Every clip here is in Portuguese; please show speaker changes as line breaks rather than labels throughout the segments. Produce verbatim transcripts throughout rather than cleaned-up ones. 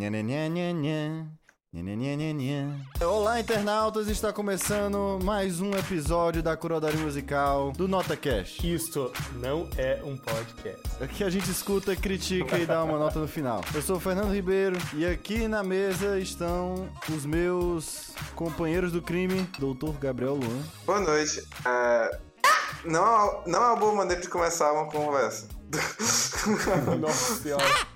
Olá, internautas! Está começando mais um episódio da Coroadária Musical do NotaCast.
Isto não é um podcast.
Aqui a gente escuta, critica e dá uma nota no final. Eu sou o Fernando Ribeiro e aqui na mesa estão os meus companheiros do crime, doutor Gabriel Luan.
Boa noite. Uh, não, não é uma boa maneira de começar uma conversa.
Nossa senhora.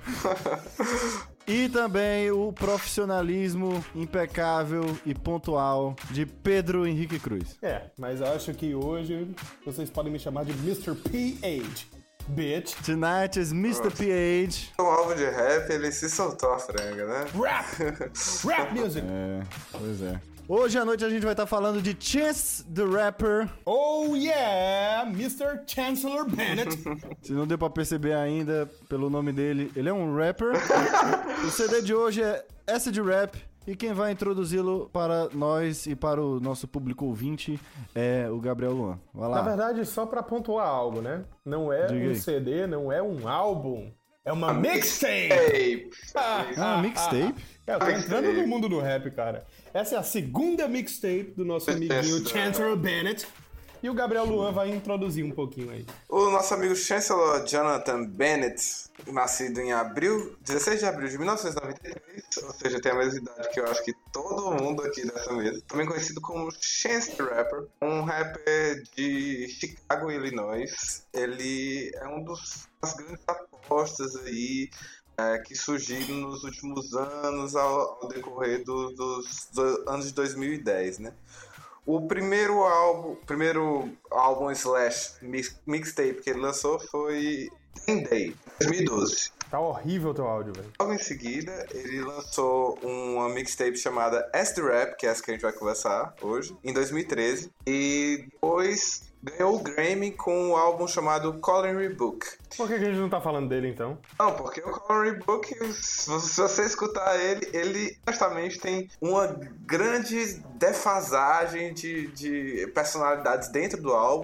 E também o profissionalismo impecável e pontual de Pedro Henrique Cruz.
É, mas acho que hoje vocês podem me chamar de mister P H, bitch.
Tonight is mister P H.
O álbum de rap, ele se soltou a franga, né?
Rap! Rap music!
É, pois é. Hoje à noite a gente vai estar falando de Chance the Rapper.
Oh yeah, mister Chancellor Bennett.
Se não deu pra perceber ainda pelo nome dele, ele é um rapper. O C D de hoje é Acid Rap. E quem vai introduzi-lo para nós e para o nosso público ouvinte é o Gabriel Luan. Vai lá.
Na verdade, só pra pontuar algo, né? Não é
Diga
um
aí.
C D, não é um álbum. É uma mixtape!
Ei,
Ah, uma mixtape?
É, eu tô entrando no mundo do rap, cara. Essa é a segunda mixtape do nosso amiguinho Chancellor Bennett. E o Gabriel Luan vai introduzir um pouquinho aí.
O nosso amigo Chancellor Jonathan Bennett, nascido em abril, dezesseis de abril de mil novecentos e noventa e três, ou seja, tem a mesma idade que eu acho que todo mundo aqui dessa mesa, também conhecido como Chance the Rapper, um rapper de Chicago, Illinois. Ele é um dos das grandes apostas aí é, que surgiram nos últimos anos ao, ao decorrer do, dos, dos anos de dois mil e dez, né? O primeiro álbum, primeiro álbum slash mix, mixtape que ele lançou foi Ten Day, dois mil e doze.
Tá horrível o teu áudio, velho.
Logo em seguida, ele lançou uma mixtape chamada Acid Rap, que é essa que a gente vai conversar hoje, em dois mil e treze. E depois ganhou o Grammy com um álbum chamado Culinary Book.
Por que, que a gente não tá falando dele, então?
Não, porque o Culinary Book, se você escutar ele, ele honestamente tem uma grande defasagem de, de personalidades dentro do álbum.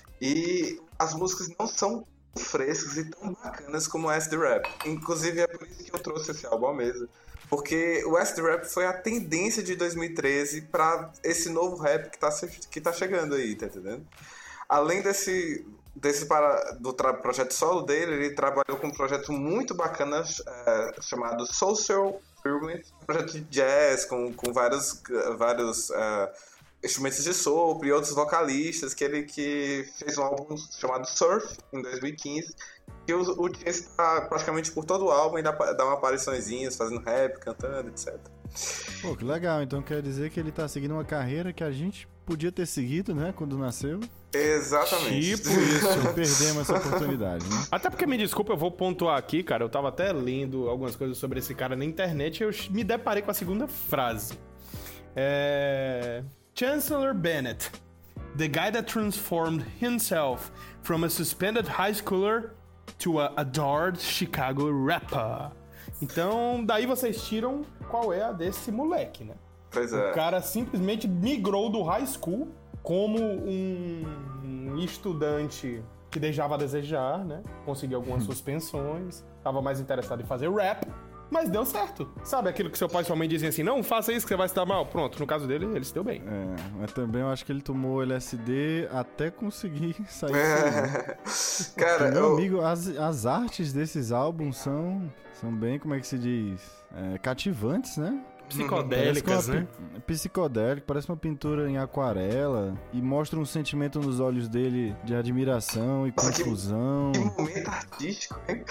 E as músicas não são frescas e tão bacanas como o Acid Rap. Inclusive é por isso que eu trouxe esse álbum à mesa. Porque o Acid Rap foi a tendência de dois mil e treze pra esse novo rap que tá, que tá chegando aí, tá entendendo? Além desse, desse para, do tra- projeto solo dele, ele trabalhou com um projeto muito bacana é, chamado Social Experiment, um projeto de jazz com, com vários, vários é, instrumentos de sopro e outros vocalistas, que ele que fez um álbum chamado Surf, em dois mil e quinze, e o, o Chance está praticamente por todo o álbum e dá, dá uma apariçõezinhas, fazendo rap, cantando, etcétera.
Pô, que legal. Então quer dizer que ele tá seguindo uma carreira que a gente podia ter seguido, né, quando nasceu.
Exatamente.
Tipo isso.
Perdemos essa oportunidade, né?
Até porque, me desculpa, eu vou pontuar aqui, cara. Eu tava até lendo algumas coisas sobre esse cara na internet e eu me deparei com a segunda frase. É... Chancellor Bennett, the guy that transformed himself from a suspended high schooler to a adored Chicago rapper. Então, daí vocês tiram qual é a desse moleque, né?
Pois é.
O cara simplesmente migrou do high school como um estudante que deixava a desejar, né? Conseguiu algumas suspensões, tava mais interessado em fazer rap, mas deu certo. Sabe aquilo que seu pai e sua mãe dizem assim, não, faça isso que você vai se dar mal? Pronto, no caso dele, ele se deu bem.
É, mas também eu acho que ele tomou L S D até conseguir sair disso aí, né?
Cara,
Meu
eu...
amigo, as, as artes desses álbuns são, são bem, como é que se diz? É, cativantes, né?
Psicodélicas,
Parece
né?
uma pi- Psicodélico, parece uma pintura em aquarela e mostra um sentimento nos olhos dele de admiração e
Nossa, que-
confusão.
Que momento artístico, hein?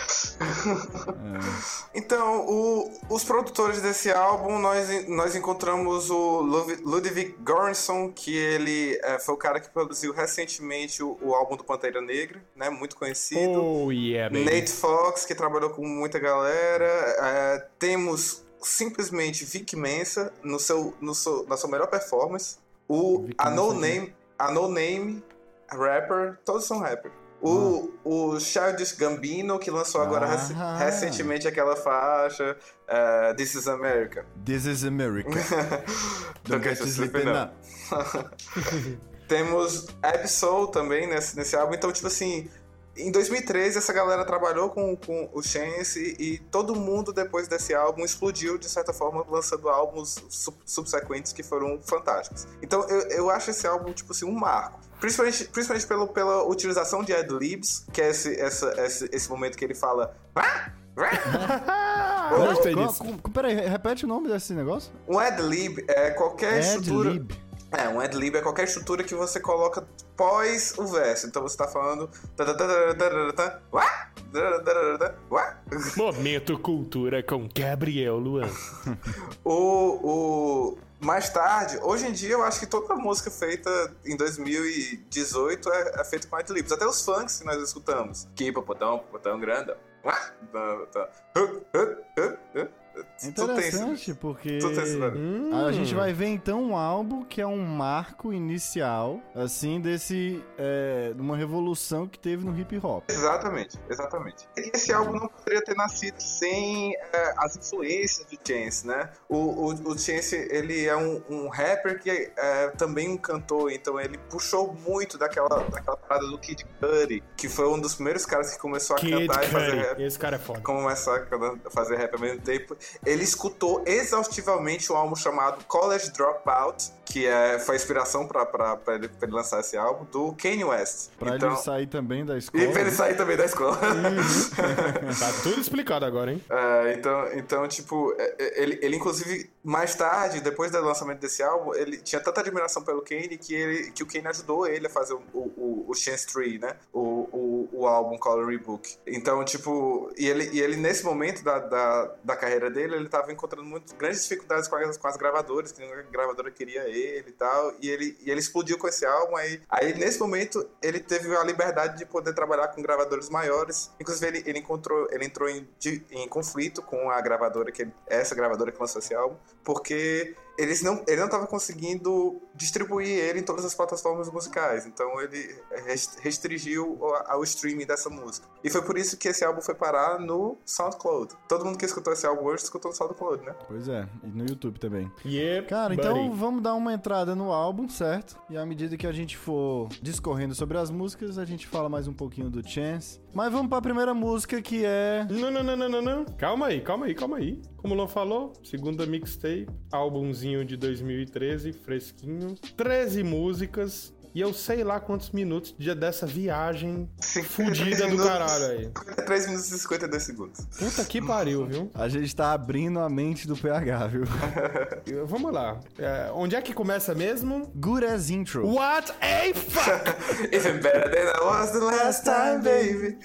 É.
Então, o- os produtores desse álbum, nós, nós encontramos o Lud- Ludwig Göransson, que ele é, foi o cara que produziu recentemente o, o álbum do Pantera Negra, né? Muito conhecido.
Oh, yeah, baby.
Nate Fox, que trabalhou com muita galera. É, temos simplesmente Vic Mensa no seu, no seu, na sua melhor performance. O,
Vic
a, no
Mensa,
name, a No Name Rapper, todos são rapper. O, o Childish Gambino, que lançou agora rec-
Ah.
recentemente aquela faixa uh, This is America.
This is America.
Don't get you sleeping now. Temos Ab-Soul também nesse, nesse álbum. Então, tipo assim, em dois mil e treze, essa galera trabalhou com, com o Chance e, e todo mundo, depois desse álbum, explodiu, de certa forma, lançando álbuns sub- subsequentes que foram fantásticos. Então, eu, eu acho esse álbum, tipo assim, um marco. Principalmente, principalmente pelo, pela utilização de ad-libs, que é esse, essa, esse, esse momento que ele fala...
Gostei
Qual-
disso.
com- Peraí, repete o nome desse negócio?
Um ad-lib é qualquer estrutura...
Ad-lib.
É, um ad-lib é qualquer estrutura que você coloca pós o verso. Então você tá falando...
Momento Cultura com Gabriel Luan.
O, o... Mais tarde, hoje em dia eu acho que toda música feita em dois mil e dezoito é, é feita com ad-libs. Até os funks que nós escutamos. Que popotão, popotão grandão.
É interessante, porque
Tudo tem esse nome.
Hum.
a gente vai ver então um álbum que é um marco inicial, assim, desse é, de uma revolução que teve no hip hop.
Exatamente, exatamente. E esse álbum não poderia ter nascido sem é, as influências do Chance, né? O, o, o Chance, ele é um, um rapper que é também um cantor, então ele puxou muito daquela, daquela parada do Kid Cudi, que foi um dos primeiros caras que começou a
Kid
cantar e fazer
Cudi.
rap.
Esse cara é foda.
Começar a fazer rap ao mesmo tempo. Ele escutou exaustivamente um álbum chamado College Dropout, que é, foi a inspiração pra, pra, pra, ele, pra ele lançar esse álbum, do Kanye West.
Pra
então,
ele sair também da escola.
e pra ele sair também da escola.
Tá tudo explicado agora, hein?
É, então, então, tipo, ele, ele inclusive, mais tarde, depois do lançamento desse álbum, ele tinha tanta admiração pelo Kanye que, ele, que o Kanye ajudou ele a fazer o, o, o Chance Tree, né? O, o, o álbum Coloring Book. Então, tipo, e ele, e ele nesse momento da, da, da carreira dele, ele tava encontrando muito, grandes dificuldades com as, com as gravadoras, que nenhuma gravadora queria ele e tal, e ele, e ele explodiu com esse álbum, aí, aí nesse momento ele teve a liberdade de poder trabalhar com gravadores maiores, inclusive ele, ele, encontrou, ele entrou em, de, em conflito com a gravadora, que ele, essa gravadora que lançou esse álbum, porque eles não, ele não estava conseguindo distribuir ele em todas as plataformas musicais, então ele restringiu ao streaming dessa música. E foi por isso que esse álbum foi parar no SoundCloud. Todo mundo que escutou esse álbum hoje escutou no SoundCloud, né?
Pois é, e no YouTube também.
Yep,
Cara,
buddy.
então vamos dar uma entrada no álbum, certo? E à medida que a gente for discorrendo sobre as músicas, a gente fala mais um pouquinho do Chance. Mas vamos pra primeira música, que é...
Não, não, não, não, não, não. Calma aí, calma aí, calma aí. Como o Lô falou, segunda mixtape, álbumzinho de dois mil e treze, fresquinho. treze músicas. E eu sei lá quantos minutos de, dessa viagem fudida do caralho aí.
cinquenta e três minutos e cinquenta e dois segundos.
Puta que pariu, viu?
A gente tá abrindo a mente do P H, viu?
Eu- Vamos lá. É, onde é que começa mesmo?
Good as intro.
What a fuck!
Even better than I was the last time, baby.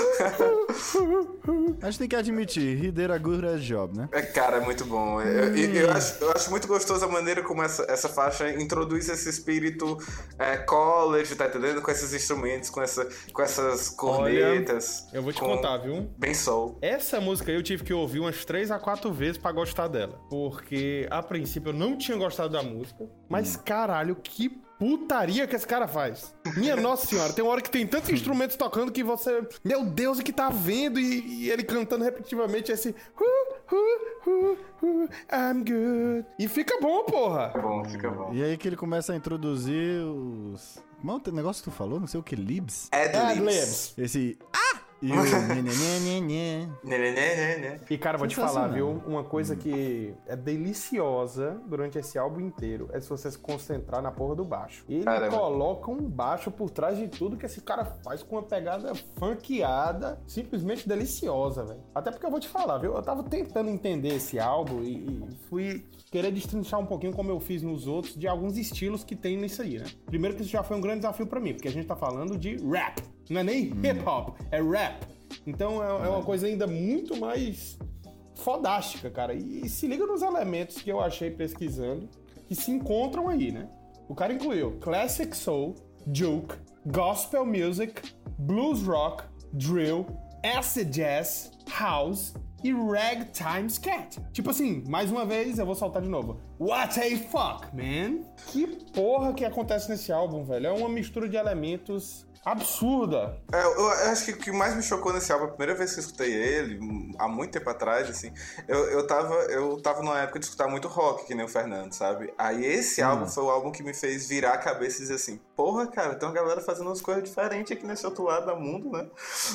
A gente tem que admitir, he did a good as job, né?
É, cara, é muito bom. Eu, eu, eu acho, eu acho muito gostoso a maneira como essa, essa faixa introduz esse espírito é, college, tá entendendo? Com esses instrumentos, com, essa, com essas cornetas.
Eu vou te
com
contar, viu?
Bem soul.
Essa música aí eu tive que ouvir umas três a quatro vezes pra gostar dela. Porque, a princípio, eu não tinha gostado da música. Mas, caralho, que putaria que esse cara faz. Minha nossa senhora, tem uma hora que tem tantos instrumentos tocando que você... Meu Deus, o que tá vendo? E, e ele cantando repetitivamente esse... Uh, uh, uh, uh, I'm good. E fica bom, porra.
Fica bom, fica bom.
E aí que ele começa a introduzir os... Como é o negócio que tu falou? Não sei o que, libs?
Ad-libs.
Ad-libs.
Esse... Ah! E o... Né, né, né, né, né.
Né, né, né, né, né.
E, cara, vou te falar,
Sensacional.
viu? Uma coisa que é deliciosa durante esse álbum inteiro é se você se concentrar na porra do baixo. Ele
Caramba.
coloca um baixo por trás de tudo que esse cara faz com uma pegada funkeada, simplesmente deliciosa, velho. Até porque eu vou te falar, viu? Eu tava tentando entender esse álbum e, e fui querer destrinchar um pouquinho, como eu fiz nos outros, de alguns estilos que tem nisso aí, né? Primeiro que isso já foi um grande desafio pra mim, porque a gente tá falando de rap. Não é nem hip-hop, é rap. Então é, é uma coisa ainda muito mais fodástica, cara. E, e se liga nos elementos que eu achei pesquisando, que se encontram aí, né? O cara incluiu Classic Soul, Juke, Gospel Music, Blues Rock, Drill, Acid Jazz, House e Ragtime Scat. Tipo assim, mais uma vez, eu vou soltar de novo. What a fuck, man? Que porra que acontece nesse álbum, velho? É uma mistura de elementos absurda.
É, eu, eu acho que o que mais me chocou nesse álbum, a primeira vez que eu escutei ele, há muito tempo atrás, assim, eu, eu, tava, eu tava numa época de escutar muito rock, que nem o Fernando, sabe? Aí esse
Hum.
álbum foi o álbum que me fez virar a cabeça e dizer assim, porra, cara, tem uma galera fazendo umas coisas diferentes aqui nesse outro lado do mundo, né?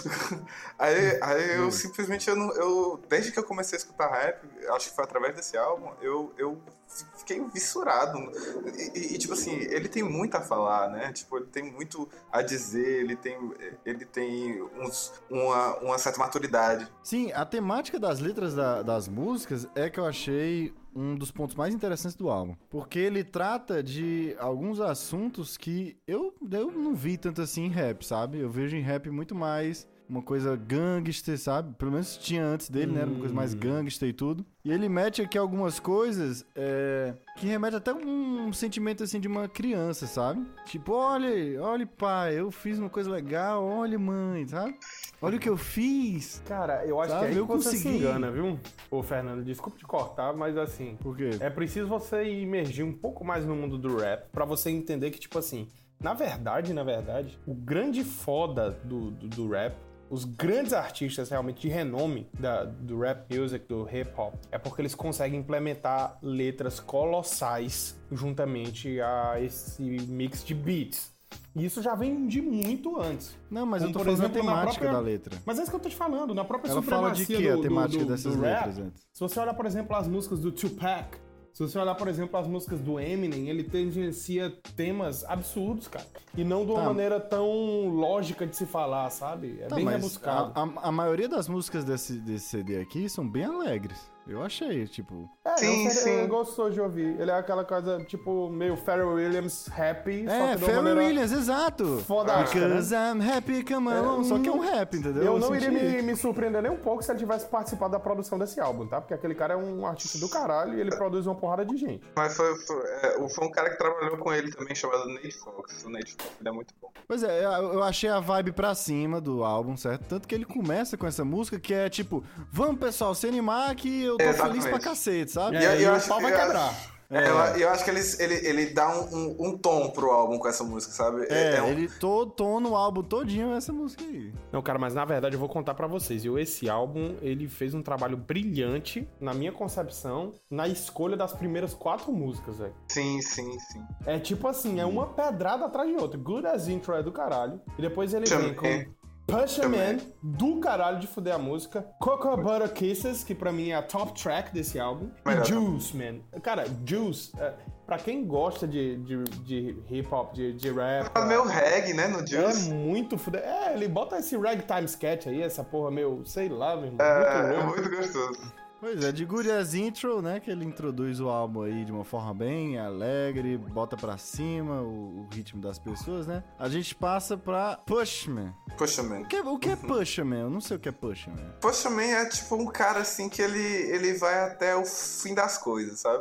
aí, aí eu simplesmente, eu, não, eu desde que eu comecei a escutar rap, acho que foi através desse álbum, eu, eu fiquei fissurado. E, e, e, tipo assim, ele tem muito a falar, né? Tipo, ele tem muito a dizer, ele tem, ele tem uns, uma, uma certa maturidade.
Sim, a temática das letras da, das músicas é que eu achei um dos pontos mais interessantes do álbum. Porque ele trata de alguns assuntos que eu, eu não vi tanto assim em rap, sabe? Eu vejo em rap muito mais uma coisa gangster, sabe? Pelo menos tinha antes dele, hum. né? Era uma coisa mais gangster e tudo. E ele mete aqui algumas coisas é, que remetem até um, um sentimento, assim, de uma criança, sabe? Tipo, olha, olha, pai, eu fiz uma coisa legal, olha, mãe, sabe? Olha o que eu fiz.
Cara, eu acho
sabe?
que é aí
eu
que você
consegui.
se engana, viu? Ô, Fernando, desculpa te cortar, mas assim...
Por quê?
É preciso você imergir um pouco mais no mundo do rap pra você entender que, tipo assim, na verdade, na verdade, o grande foda do, do, do rap, os grandes artistas realmente de renome da, do rap music, do hip hop, é porque eles conseguem implementar letras colossais juntamente a esse mix de beats. E isso já vem de muito antes.
Não, mas
Como,
eu tô
por
falando
exemplo,
a temática
própria...
da letra.
Mas é isso que eu tô te falando, na própria
Ela fala de
supremacia
que
do,
a temática
do, do,
dessas
do rap,
letras antes?
se você olhar, por exemplo, as músicas do Tupac, se você olhar, por exemplo, as músicas do Eminem, ele tangencia temas absurdos, cara. E não de uma
tá.
maneira tão lógica de se falar, sabe? É
tá,
bem
mas
rebuscado.
A, a, a maioria das músicas desse, desse C D aqui são bem alegres. Eu achei, tipo...
É,
sim,
eu,
sim.
eu gostou de ouvir. Ele é aquela coisa, tipo, meio Pharrell Williams happy.
É,
só que de uma
Pharrell
maneira
Williams, exato.
fodástica, né?
Because I'm happy, come on.
É,
Só que é um rap, entendeu?
Eu não iria
senti.
me, me surpreender nem um pouco se ele tivesse participado da produção desse álbum, tá? Porque aquele cara é um artista do caralho e ele produz uma porrada de gente.
Mas foi, foi, é, foi um cara que trabalhou com ele também, chamado Nate Fox. O Nate Fox, ele é muito bom.
Pois é, eu eu achei a vibe pra cima do álbum, certo? Tanto que ele começa com essa música que é tipo, vamos pessoal, se animar que eu tô
Exatamente.
feliz pra cacete, sabe?
É,
E eu-
e
eu
o
acho
pau
que-
vai
eu
quebrar.
acho- É, eu, eu acho que ele, ele, ele dá um, um, um tom pro álbum com essa música, sabe?
É,
um-
ele to, tona o álbum todinho essa música aí.
Não, cara, mas na verdade eu vou contar pra vocês. Eu, esse álbum, ele fez um trabalho brilhante, na minha concepção, na escolha das primeiras quatro músicas, velho.
Sim, sim, sim.
É tipo assim, é uma pedrada atrás de outra. Good as Intro é do caralho. E depois ele vem
Também.
com Pusha Man, do caralho de fuder a música. Cocoa Butter Kisses, que pra mim é a top track desse álbum.
Melhor.
E Juice, man. Cara, Juice, é, pra quem gosta de, de, de hip hop, de, de rap...
É meio reggae, né, no
É
Juice.
muito fuder. É, ele bota esse ragtime sketch aí, essa porra meio, sei lá, meu irmão.
É,
muito
é
louco.
muito gostoso.
Pois é, de Good as Intro, né, que ele introduz o álbum aí de uma forma bem alegre, bota pra cima o, o ritmo das pessoas, né? A gente passa pra Push Man.
Pusha Man.
O que, é- o que é Push Man? Eu não sei o que é Push Man.
Pusha Man é tipo um cara assim que ele, ele vai até o fim das coisas, sabe?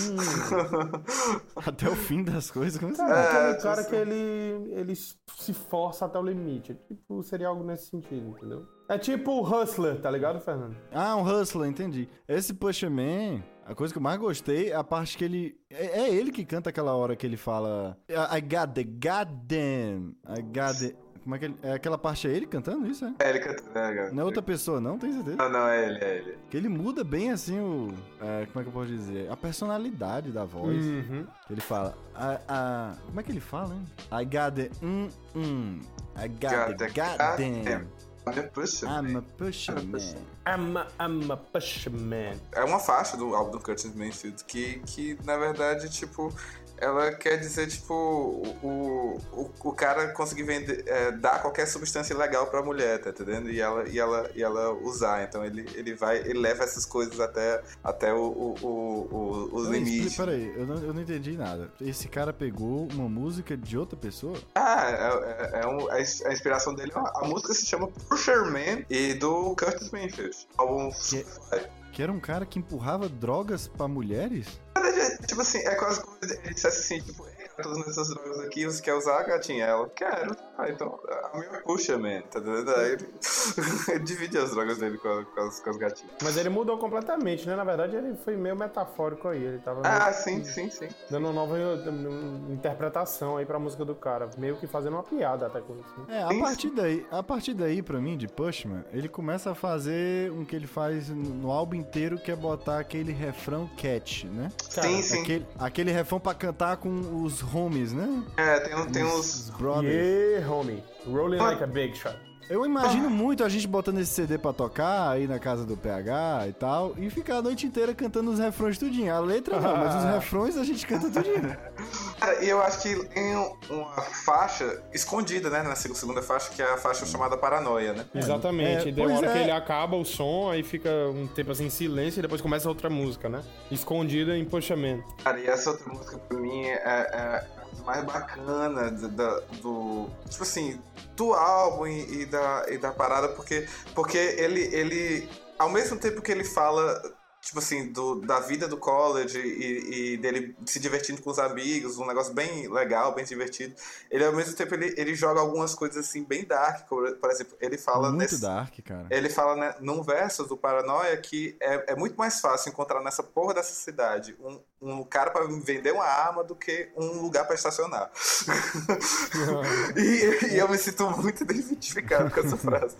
Até o fim das coisas, como assim?
Cara,
É,
aquele
tipo
cara
assim.
que ele, ele se força até o limite. Tipo, seria algo nesse sentido, entendeu? É tipo o Hustler, tá ligado, Fernando?
Ah, um hustler, entendi. Esse Pusha Man, a coisa que eu mais gostei é a parte que ele... É, é ele que canta aquela hora que ele fala I got the goddamn, I got the... Como é que ele... É aquela parte é ele cantando isso, é?
É, ele canta, né, cara?
Não é outra pessoa, não? Tem certeza?
Não, não, é ele, é ele.
Que ele muda bem, assim, o... é, como é que eu posso dizer? A personalidade da voz.
Uhum.
Ele fala... A, a, como é que ele fala, hein? I got the... Mm, mm, I got, the goddamn.
É Pusha Man.
I'm a Pusha Man.
I'm a, I'm a Pusha Man.
É uma faixa do álbum do Curtis Mayfield que, que na verdade, tipo, ela quer dizer, tipo, o, o, o cara conseguir vender, é, dar qualquer substância legal pra mulher, tá entendendo? E ela, e ela, e ela usar. Então ele, ele vai, ele leva essas coisas até, até o, o, o, o, o
Peraí,
limite.
Peraí, eu não, eu não entendi nada. Esse cara pegou uma música de outra pessoa?
Ah, é, é, é um, a ins- a inspiração dele, a música se chama Pusher Man e do Curtis Mayfield. Álbum
Que- Que era um cara que empurrava drogas pra mulheres?
Tipo assim, é quase como ele dissesse assim, tipo, ei, todas essas drogas aqui, você quer usar, gatinha? Ela, quero. Ah, então, a minha puxa, man, tá entendendo? Aí ele, ele divide as drogas dele com, a- com, as, com as gatinhas.
Mas ele mudou completamente, né? Na verdade, ele foi meio metafórico aí. Ele tava meio
Ah, sim, sim, sim.
dando uma nova uh, interpretação aí pra música do cara. Meio que fazendo uma piada até com isso.
É, a
Sim,
partir daí, a partir daí, pra mim, de Pushman, ele começa a fazer um que ele faz no, no álbum inteiro, que é botar aquele refrão catch, né?
Cara,
sim, sim.
Aquele, aquele refrão pra cantar com os homies, né? assim?
É, tem, tem
Os,
uns...
os brothers.
Yeah, homie. Rolling like a big shot.
Eu imagino muito a gente botando esse C D pra tocar aí na casa do P H e tal, e ficar a noite inteira cantando os refrões tudinho. A letra não, mas os refrões a gente canta tudinho.
Cara, e eu acho que tem uma faixa escondida, né, na segunda faixa, que é a faixa chamada Paranoia, né?
Exatamente.
É,
Deu uma
pois
hora
é.
que ele acaba o som, aí fica um tempo assim em silêncio e depois começa outra música, né? Escondida em Push a Man.
Cara, e essa outra música pra mim é, é a coisa mais bacana do, do, do tipo assim, do álbum e, e, da, e da parada, porque, porque ele, ele, ao mesmo tempo que ele fala, tipo assim, do, da vida do college e, e dele se divertindo com os amigos, um negócio bem legal, bem divertido, ele ao mesmo tempo ele, ele joga algumas coisas assim bem dark, como, por exemplo, ele fala
Muito
nesse,
dark, cara.
ele fala, né, num verso do Paranoia que é, é muito mais fácil encontrar nessa porra dessa cidade um, um cara pra me vender uma arma do que um lugar pra estacionar. e, e eu me sinto muito identificado com essa frase.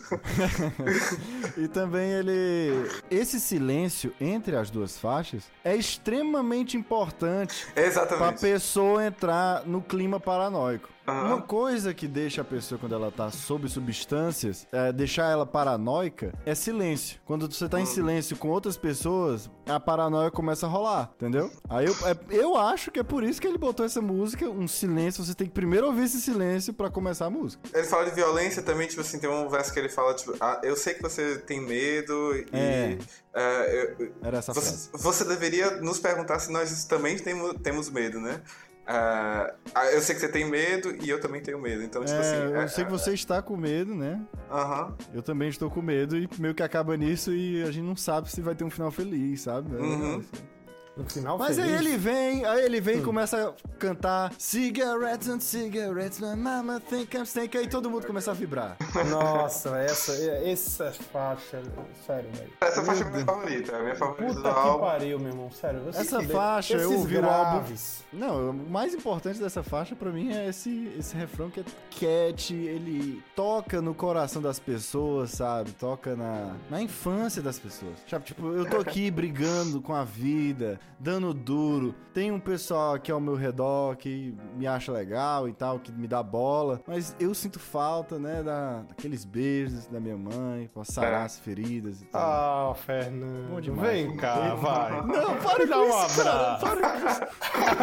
E também ele... Esse silêncio entre as duas faixas é extremamente importante pra
Exatamente.
pessoa entrar no clima paranoico.
Aham.
Uma coisa que deixa a pessoa, quando ela tá sob substâncias, é, deixar ela paranoica, é silêncio. Quando você tá em silêncio com outras pessoas, a paranoia começa a rolar, entendeu? Aí eu, é- eu acho que é por isso que ele botou essa música, um silêncio, você tem que primeiro ouvir esse silêncio pra começar a música.
Ele fala de violência também, tipo assim, tem um verso que ele fala, tipo, ah, eu sei que você tem medo e
É.
é, eu-
Era essa frase.
você, você deveria nos perguntar se nós também temos, temos medo, né? Ah, ah, eu sei que você tem medo e eu também tenho medo, então, tipo
É,
assim...
eu sei que você está com medo, né?
Aham.
Eu também estou com medo e meio que acaba nisso e a gente não sabe se vai ter um final feliz, sabe? É legal
Uhum.
isso aí.
No final,
Mas aí
feliz.
ele vem, aí ele vem e começa a cantar Cigarettes and cigarettes, my mama think I'm snake, aí todo mundo começa a vibrar.
Nossa, essa, essa faixa, sério, velho.
Essa faixa é a minha favorita, é a minha favorita
Puta
do
que
álbum.
pariu, meu irmão, sério. eu
Essa
sei-
faixa, eu
esses
ouvi o álbum.
graves.
Não, o mais importante dessa faixa pra mim é esse, esse refrão que é cat, ele toca no coração das pessoas, sabe? Toca na, na infância das pessoas. Sabe, tipo, eu tô aqui brigando com a vida, dando duro. Tem um pessoal aqui ao meu redor que me acha legal e tal, que me dá bola, mas eu sinto falta, né, da, daqueles beijos da minha mãe, pra sarar
É.
as feridas e tal.
Ah,
Bom
Fernando,
demais.
vem cá, vai.
Não, para
Dá
com
um
isso, cara,
abraço.
para com isso.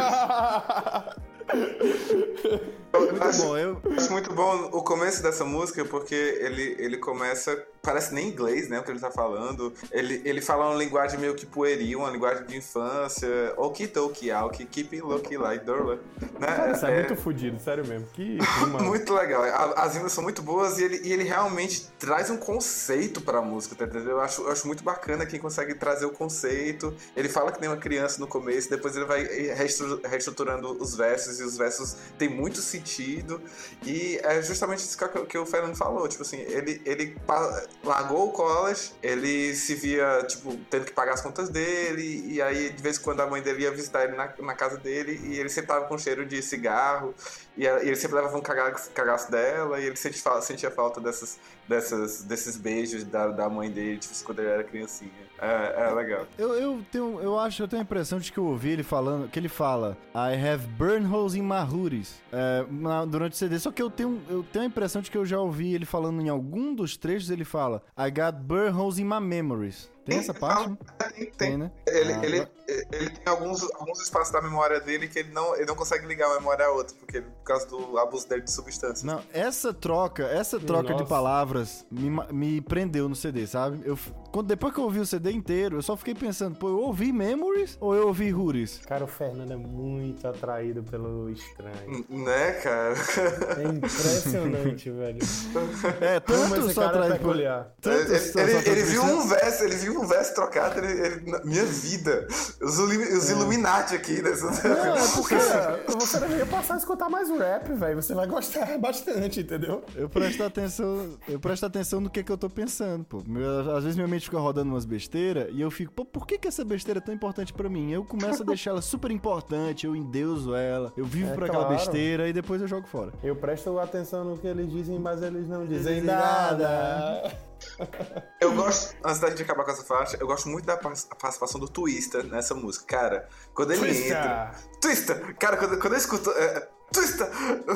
Eu acho,
Bom, eu...
eu acho muito bom o começo dessa música, porque ele, ele começa, parece nem inglês, né, o que ele tá falando. Ele, ele fala uma linguagem meio que pueril, uma linguagem de infância, okidoki, alki, keep looking like Dorla, né?
Cara, isso é,
É-
muito fodido, sério mesmo. Que clima.
Muito legal. A- As rimas são muito boas e ele, e ele realmente traz um conceito pra música, tá entendendo? Eu acho, eu acho muito bacana quem consegue trazer o conceito. Ele fala que nem uma criança no começo, depois ele vai reestru- reestruturando os versos e os versos têm muito sentido. E é justamente isso que, que o Fernando falou. Tipo assim, ele, ele pa- largou o college, ele se via, tipo, tendo que pagar as contas dele, e aí de vez em quando a mãe dele ia visitar ele na, na casa dele e ele sempre tava com cheiro de cigarro. E a- e ele sempre levava um cagaço, cagaço dela, e ele sente, fa- sentia falta dessas, dessas, desses beijos da, da mãe dele, tipo, quando ele era criancinha. É, é legal.
Eu, eu tenho, eu acho, eu tenho a impressão de que eu ouvi ele falando, que ele fala I have burn holes in my hoodies é, na- durante o C D, só que eu tenho, eu tenho a impressão de que eu já ouvi ele falando em algum dos trechos, ele fala I got burn holes in my memories. Tem essa parte?
Ah, tem, tem.
Tem, né?
Ele,
Ah,
ele,
agora-
ele tem alguns, alguns espaços da memória dele que ele não, ele não consegue ligar uma memória a outra, porque por causa do abuso dele de substâncias.
Não, essa troca, essa troca de
Nossa.
palavras me, ma- me prendeu no C D, sabe? Eu, f- quando, depois que eu ouvi o C D inteiro, eu só fiquei pensando, pô, eu ouvi Memories ou eu ouvi Hoodies?
Cara, o Fernando é muito atraído pelo estranho.
N- Né, cara?
É impressionante, velho.
É,
Como
tanto
esse
só
cara é
atrás...
peculiar.
tanto
Ele,
só-
ele-
só
ele
atrás-
viu um verso, ele viu um verso trocado, ele, ele- na- minha vida. Os, Ilumi- os Illuminati aqui dessa.
Não, é porque você deveria passar a escutar mais rap, velho. Você vai gostar bastante, entendeu?
Eu presto atenção, eu presto atenção no que que eu tô pensando, pô. Meu- às vezes minha mente fica rodando umas besteiras e eu fico, pô, por que que essa besteira é tão importante pra mim? Eu começo a deixar ela super importante, eu endeuso ela, eu vivo
É
por aquela
claro.
besteira e depois eu jogo fora.
Eu presto atenção no que eles dizem, mas eles não dizem
Dizem
nada.
nada.
Eu gosto, antes da gente acabar com essa faixa, eu gosto muito da par- participação do Twista nessa música. Cara, quando ele
Twista!
entra. Twista! Cara, quando, quando eu escuto. é, Twista!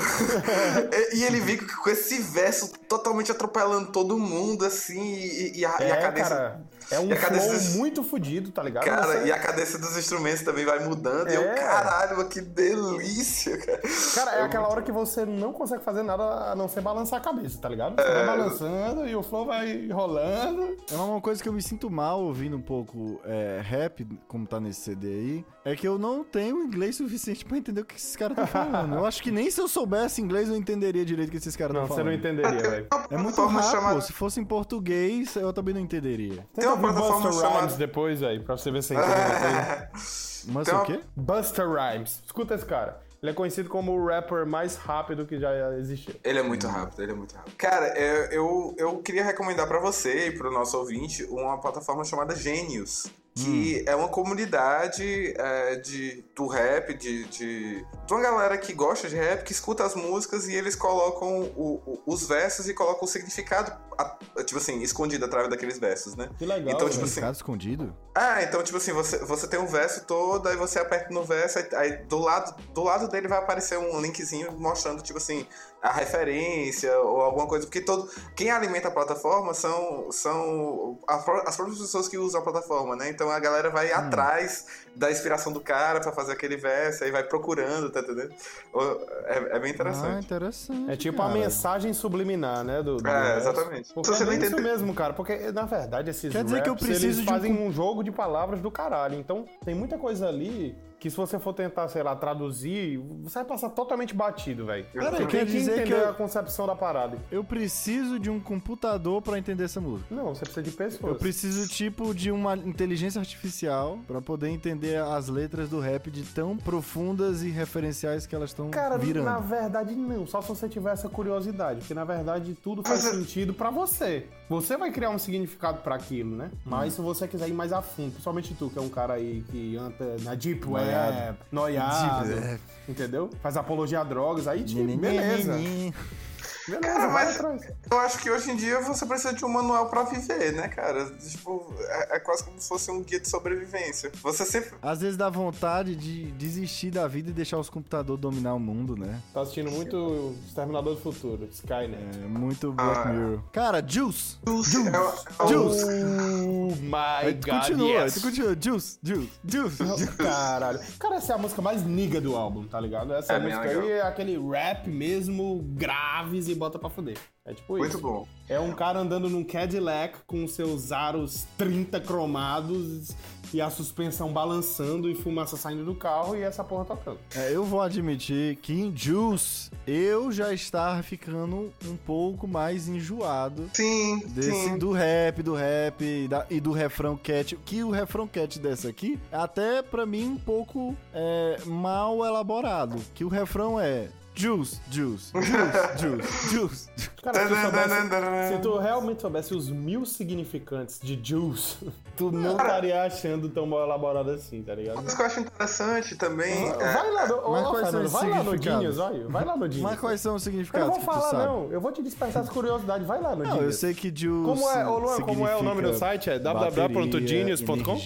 E ele vem com esse verso totalmente atropelando todo mundo, assim, e, e, a,
é,
e a cadência...
Cara, é um
flow
cadência... muito fodido, tá ligado?
Cara,
Você...
e a cadência dos instrumentos também vai mudando,
é.
e eu, caralho, que delícia, cara.
Cara, é
eu
aquela
muito...
hora que você não consegue fazer nada a não ser balançar a cabeça, tá ligado? Você
é...
vai balançando e o flow vai rolando.
É uma coisa que eu me sinto mal ouvindo um pouco é, rap, como tá nesse C D aí, é que eu não tenho inglês suficiente pra entender o que esses caras estão falando. Eu acho que nem se eu soubesse inglês eu entenderia direito o que esses caras estão falando.
Não, você não entenderia, velho.
É muito rápido. Chamada... Se fosse em português, eu também não entenderia.
Tem uma plataforma
Busta
chamada...
Rhymes depois, velho, pra você ver se você entende depois.
Mas
Tem
o
uma...
quê?
Busta Rhymes. Escuta esse cara. Ele é conhecido como o rapper mais rápido que já existiu.
Ele é muito rápido, ele é muito rápido. Cara, eu, eu queria recomendar pra você e pro nosso ouvinte uma plataforma chamada Genius, que hum. é uma comunidade é, de, do rap, de, de, de uma galera que gosta de rap, que escuta as músicas e eles colocam o, o, os versos e colocam o significado, a, tipo assim, escondido atrás daqueles versos, né?
Que legal,
então,
tipo assim,
escondido?
Ah, então, tipo assim, você, você tem um verso todo, aí você aperta no verso, aí, aí do, lado, do lado dele vai aparecer um linkzinho mostrando, tipo assim, a referência ou alguma coisa, porque todo, quem alimenta a plataforma são, são as próprias pessoas que usam a plataforma, né? Então a galera vai hum. atrás da inspiração do cara pra fazer aquele verso, aí vai procurando, tá entendendo? É, é bem interessante.
Ah, interessante.
É tipo
cara.
a mensagem subliminar, né? Do, do
é, exatamente.
Porque
você
é
não
isso
entende...
mesmo, cara, porque na verdade esses
Quer dizer
raps,
que eu preciso
eles
de
fazem
um...
um jogo de palavras do caralho, então tem muita coisa ali que se você for tentar, sei lá, traduzir, você vai passar totalmente batido, velho.
Peraí, quer dizer
entender
que eu...
a concepção da parada.
Eu preciso de um computador pra entender essa música.
Não, você precisa de pessoas.
Eu preciso, tipo, de uma inteligência artificial pra poder entender as letras do rap de tão profundas e referenciais que elas estão virando.
Cara, na verdade, não. Só se você tiver essa curiosidade. Porque, na verdade, tudo faz
Mas...
sentido pra você. Você vai criar um significado pra aquilo, né? Mas hum. se você quiser ir mais a fundo, principalmente tu, que é um cara aí que anda na Deep Web, noiado, noiado entendeu? Faz apologia a drogas, aí, tipo, beleza. Beleza,
cara,
vai
mas
atrás.
Eu acho que hoje em dia você precisa de um manual pra viver, né, cara? Tipo, é, é quase como se fosse um guia de sobrevivência. Você sempre...
Às vezes dá vontade de desistir da vida e deixar os computadores dominar o mundo, né?
Tá assistindo muito Exterminador do Futuro, Skynet.
É, muito Black ah. Mirror. Cara, Juice!
Juice!
Juice!
É, é,
Juice!
Oh my
aí,
God,
continua,
yes.
aí, continua. Juice! Juice! Juice! Juice.
Caralho. Cara, essa é a música mais nigga do álbum, tá ligado? Essa
é
música aí é aquele rap mesmo, graves e bota pra fuder. É tipo
Muito
isso.
Muito bom.
É um cara andando num Cadillac com seus aros trinta cromados e a suspensão balançando e fumaça saindo do carro e essa porra tocando.
É, eu vou admitir que em Juice eu já estava ficando um pouco mais enjoado.
Sim,
desse,
sim.
Do rap, do rap e, da, e do refrão cat. Que o refrão cat dessa aqui é até pra mim um pouco é, mal elaborado. Que o refrão é... Juice, juice, juice, juice, juice.
Cara, se tu, soubesse, se tu realmente soubesse os mil significantes de juice, tu não estaria achando tão mal elaborado assim, tá ligado?
Mas o que eu acho interessante também...
Vai, é... vai lá no,
Mas
oh,
quais
Fernando,
são
vai lá no Genius, olha. Vai lá no Genius.
Mas quais são os significados
eu não vou
que
falar,
tu sabe?
não. Eu vou te despertar essa curiosidade. Vai lá no
não,
Genius.
Eu sei que Juice
Como é, ô Luan, como é o nome do site? É w w w ponto genius ponto com?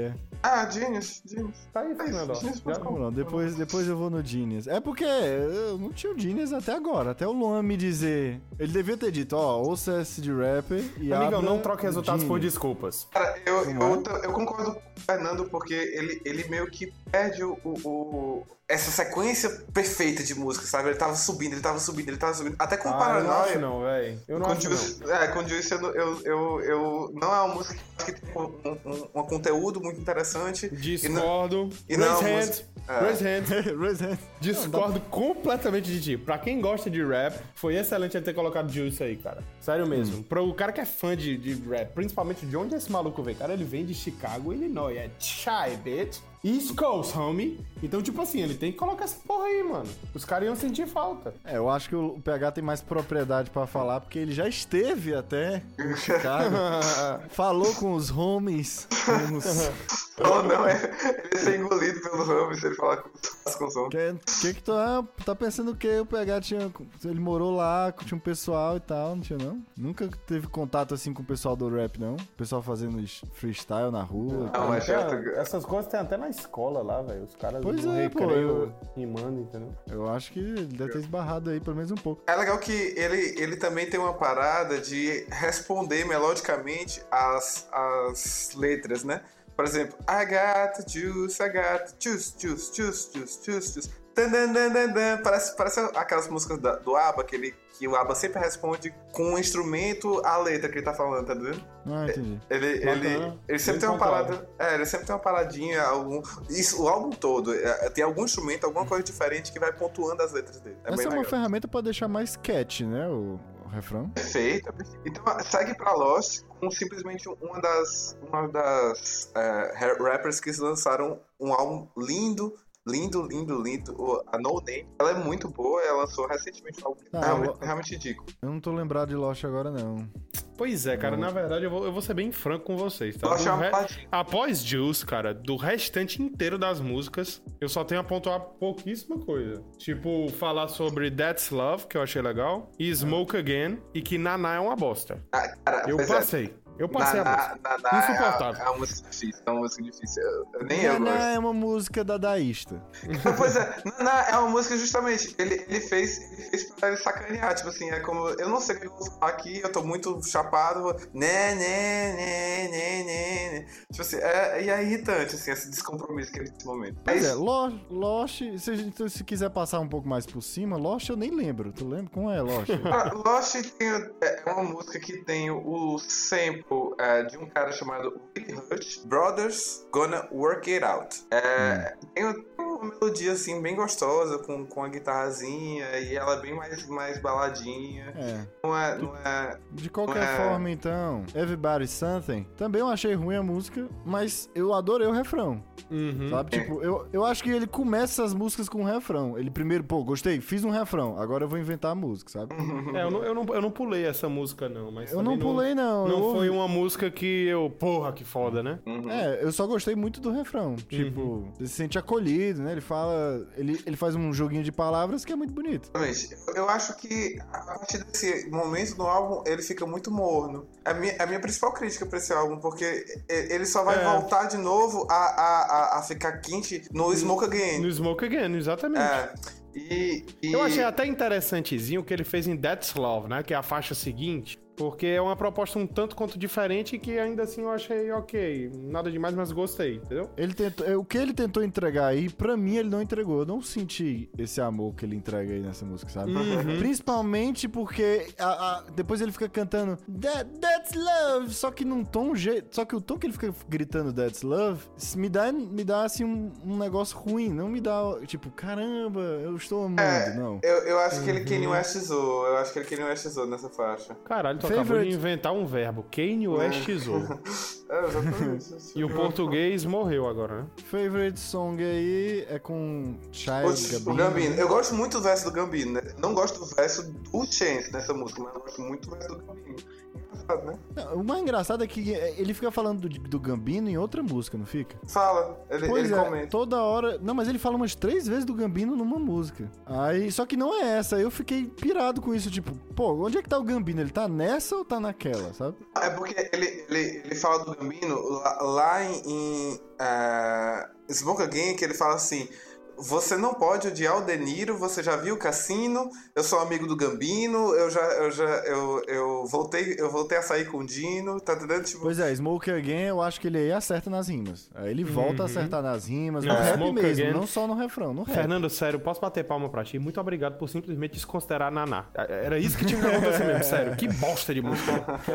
Ah, Genius, Genius.
Tá aí, Fernando.
Não, depois, depois eu vou no Genius. É porque eu não tinha o Genius até agora. Até o Luan me dizer... Ele devia ter dito, ó, ouça esse de rapper e
Amigo,
abra
não troque resultados
Genius.
por desculpas.
Cara, eu, eu, eu concordo com o Fernando porque ele, ele meio que perde o, o, essa sequência perfeita de música, sabe? Ele tava subindo, ele tava subindo, ele tava subindo. Até com o
ah,
Paranoia...
Eu não acho não, velho. Eu não
com
acho
Juice,
não.
É, com Juice eu, eu, eu, eu... Não é uma música que tem um, um, um conteúdo muito interessante.
Discordo.
E não,
raise
e não
hand.
música...
Raise hand.
Raise hand.
Discordo completamente de ti. Pra quem gosta de rap, foi excelente ele ter colocado Juice aí, cara. Sério mesmo. Hum. Pro cara que é fã de, de rap, principalmente de onde esse maluco vem, cara, ele vem de Chicago, Illinois. É Chai, bitch. East Coast, homie. Então, tipo assim, ele tem que colocar essa porra aí, mano. Os caras iam sentir falta.
É, eu acho que o P H tem mais propriedade pra falar, porque ele já esteve até em Chicago. Falou com os homies. Com os...
Ou não, é, ele ia ser engolido pelo Ramos se ele falar com, com o som.
Que, que que tu ah, tá pensando o quê? O P H tinha... Ele morou lá, tinha um pessoal e tal, não tinha não? Nunca teve contato assim com o pessoal do rap, não? O pessoal fazendo freestyle na rua.
Não, mas já...
Essas coisas tem até na escola lá, velho. Os caras
Pois
no
é,
recreio
pô, eu-
rimando, entendeu?
Eu acho que ele deve ter esbarrado aí pelo menos um pouco.
É legal que ele, ele também tem uma parada de responder melodicamente as, as letras, né? Por exemplo, I got the juice, I got the juice, juice, juice, juice, juice, juice. Dan, dan, dan, dan, dan. Parece, parece aquelas músicas da- do ABBA, que, ele, que o ABBA sempre responde com o instrumento a letra que ele tá falando, tá vendo?
Ah, entendi.
Ele, ele, ele sempre tem uma parada. É, ele sempre tem uma paradinha, algum. Isso, o álbum todo. é, tem algum instrumento, alguma coisa diferente que vai pontuando as letras dele. É
Essa
bem
é uma
legal.
ferramenta pra deixar mais catchy, né? O, o refrão.
Perfeito, perfeito. Então segue pra Lost com simplesmente uma das, uma das é, rappers que lançaram um álbum lindo, lindo, lindo, lindo. O- A No Name. Ela é muito boa, ela lançou recentemente um álbum
Ah,
realmente,
eu-
realmente ridículo.
Eu não tô lembrado de Lost agora, não.
Pois é, cara, na verdade eu vou, eu vou ser bem franco com vocês, tá?
Lost
Do
é uma
re-
paradinha.
Após Juice, cara, do restante inteiro das músicas, eu só tenho a pontuar pouquíssima coisa. Tipo, falar sobre That's Love, que eu achei legal, e Smoke Again, e que Naná é uma bosta.
Ah, cara,
Eu
pois é,
passei. Eu passei a música.
Naná, Naná
Insuportável.
É, é uma música difícil, é uma música difícil. Eu, eu nem eu gosto.
Naná é uma música dadaísta.
Não, pois é, Naná é uma música justamente. Ele, ele, fez, ele fez pra ele sacanear. Tipo assim, é como. Eu não sei o que eu vou falar aqui, eu tô muito chapado. vou- Né, né, né, né, né. né. Tipo assim, é, e é irritante, assim, esse descompromisso que ele tem nesse momento.
Pois é,
isso.
Lost, Lost se, a gente, se quiser passar um pouco mais por cima, Lost eu nem lembro. Tu lembra como é Lost?
Ah, Lost tem, é é uma música que tem o sample é, de um cara chamado Willie Hutch, Brothers Gonna Work It Out. É, tem uma melodia assim bem gostosa, com, com a guitarrazinha, e ela é bem mais, mais baladinha.
É.
Não é. Não é
De qualquer
É.
forma, então, Everybody's Something, também eu achei ruim a música, mas eu adorei o refrão,
Uhum.
sabe? Tipo, eu, eu acho que ele começa as músicas com um refrão. Ele primeiro, pô, gostei, fiz um refrão, agora eu vou inventar a música, sabe?
É, eu não, eu, não, eu não pulei essa música, não, mas.
Eu
também
não pulei, não.
Não
eu
foi
ouvi-
uma música que eu. Porra, que foda, né?
É, eu só gostei muito do refrão. Tipo, você se sente acolhido, né? Ele fala. Ele, ele faz um joguinho de palavras que é muito bonito.
Exatamente. Eu- Eu acho que a partir desse momento do álbum ele fica muito morno. É a minha, a minha principal crítica pra esse álbum, porque e- ele só vai
É.
voltar de novo a, a, a, a ficar quente no Smoke Again.
No Smoke Again, exatamente.
É. E, e-
Eu achei até interessantezinho o que ele fez em That's Love, né? Que é a faixa seguinte. Porque é uma proposta um tanto quanto diferente que ainda assim eu achei ok. Nada demais, mas gostei, entendeu?
Ele tentou, é, o que ele tentou entregar aí, pra mim ele não entregou. Eu não senti esse amor que ele entrega aí nessa música, sabe? Principalmente porque a- a- depois ele fica cantando That, That's Love, só que num tom jeito, só que o tom que ele fica gritando That's Love isso me dá, me dá assim um, um negócio ruim, não me dá tipo caramba, eu estou amando,
É,
não.
eu, eu acho que ele Kanye West zoou. Eu acho que ele Kanye West zoou nessa faixa.
Caralho, tu acabou
Favorite-
de inventar um verbo. Kanye West Zou.
É, exatamente.
E o português morreu agora, né?
Favorite song aí é com Child
O, o Gambino. Eu gosto muito do verso do Gambino, né? Não gosto do verso do Chance nessa música, mas eu gosto muito do verso do Gambino. Engraçado, né?
Não, o mais engraçado é que ele fica falando do, do Gambino em outra música, não fica?
Fala, ele,
Pois
ele
é,
comenta.
toda hora. Não, mas ele fala umas três vezes do Gambino numa música. Aí, só que não é essa. Aí eu fiquei pirado com isso, tipo, pô, onde é que tá o Gambino? Ele tá nessa ou tá naquela, sabe?
É porque ele, ele, ele fala do Gambino lá, lá em, em uh, Smoke Again, que ele fala assim: você não pode odiar o De Niro, você já viu o Cassino, eu sou amigo do Gambino, eu já, eu já, eu, eu voltei, eu voltei a sair com o Dino, tá entendendo? Tipo,
Pois é, Smoke Again, eu acho que ele aí acerta nas rimas. Aí ele volta a acertar nas rimas, no
Não,
rap
Smoke
mesmo,
Again-
não só no refrão, no rap.
Fernando, sério, posso bater palma pra ti? Muito obrigado por simplesmente desconsiderar Naná. Era isso que tinha que acontecer mesmo, sério. Que bosta de música.